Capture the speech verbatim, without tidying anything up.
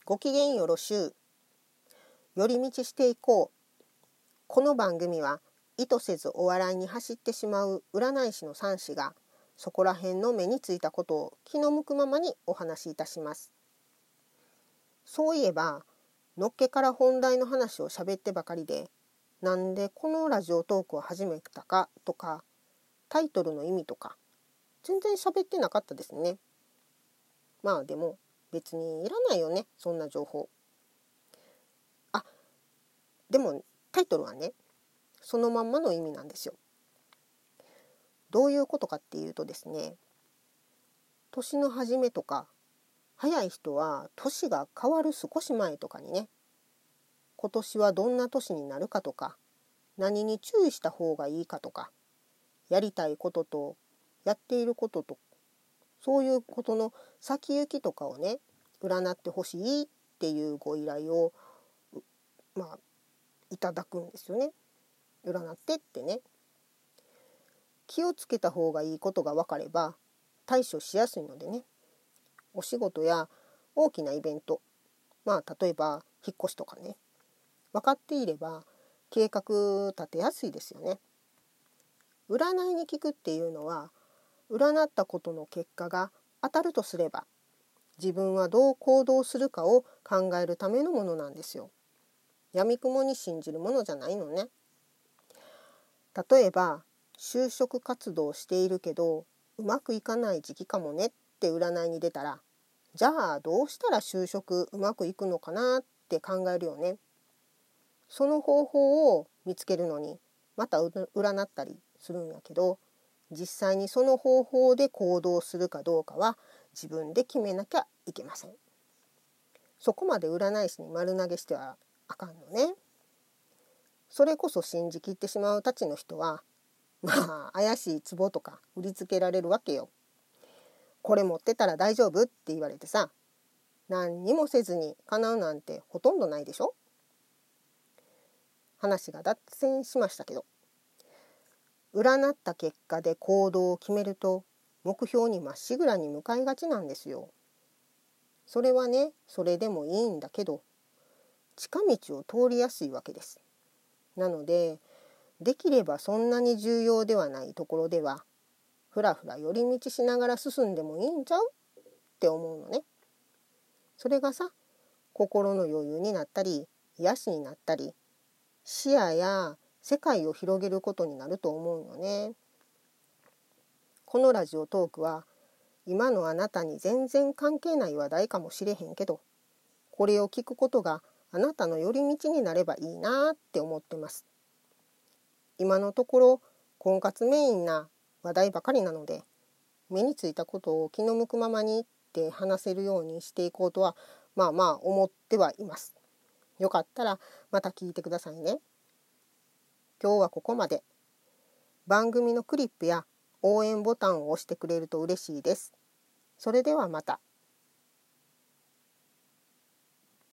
ごきげんよろしゅう。寄り道していこう。この番組は意図せずお笑いに走ってしまう占い師の三子がそこら辺の目についたことを気の向くままにお話しいたします。そういえばのっけから本題の話を喋ってばかりで、なんでこのラジオトークを始めたかとかタイトルの意味とか全然喋ってなかったですね。まあでも別にいらないよね、そんな情報。あ、でもタイトルはね、そのまんまの意味なんですよ。どういうことかっていうとですね、年の初めとか早い人は年が変わる少し前とかにね、今年はどんな年になるかとか、何に注意した方がいいかとか、やりたいこととやっていることと、そういうことの先行きとかをね、占ってほしいっていうご依頼をまあいただくんですよね。占ってってね。気をつけた方がいいことが分かれば対処しやすいのでね。お仕事や大きなイベント、まあ例えば引っ越しとかね、分かっていれば計画立てやすいですよね。占いに聞くっていうのは、占ったことの結果が当たるとすれば自分はどう行動するかを考えるためのものなんですよ。闇雲に信じるものじゃないのね。例えば就職活動しているけどうまくいかない時期かもねって占いに出たら、じゃあどうしたら就職うまくいくのかなって考えるよね。その方法を見つけるのにまた占ったりするんやけど、実際にその方法で行動するかどうかは自分で決めなきゃいけません。そこまで占い師に丸投げしてはあかんのね。それこそ信じきってしまうたちの人は、まあ怪しい壺とか売りつけられるわけよ。これ持ってたら大丈夫って言われてさ、何にもせずに叶うなんてほとんどないでしょ。話が脱線しましたけど、占った結果で行動を決めると目標にまっしぐらに向かいがちなんですよ。それはね、それでもいいんだけど、近道を通りやすいわけです。なので、できればそんなに重要ではないところでは、ふらふら寄り道しながら進んでもいいんちゃうって思うのね。それがさ、心の余裕になったり、癒しになったり、視野や世界を広げることになると思うよね。このラジオトークは今のあなたに全然関係ない話題かもしれへんけど、これを聞くことがあなたの寄り道になればいいなって思ってます。今のところ婚活メインな話題ばかりなので、目についたことを気の向くままにって話せるようにしていこうとはまあまあ思ってはいます。よかったらまた聞いてくださいね。今日はここまで。番組のクリップや応援ボタンを押してくれると嬉しいです。それではまた。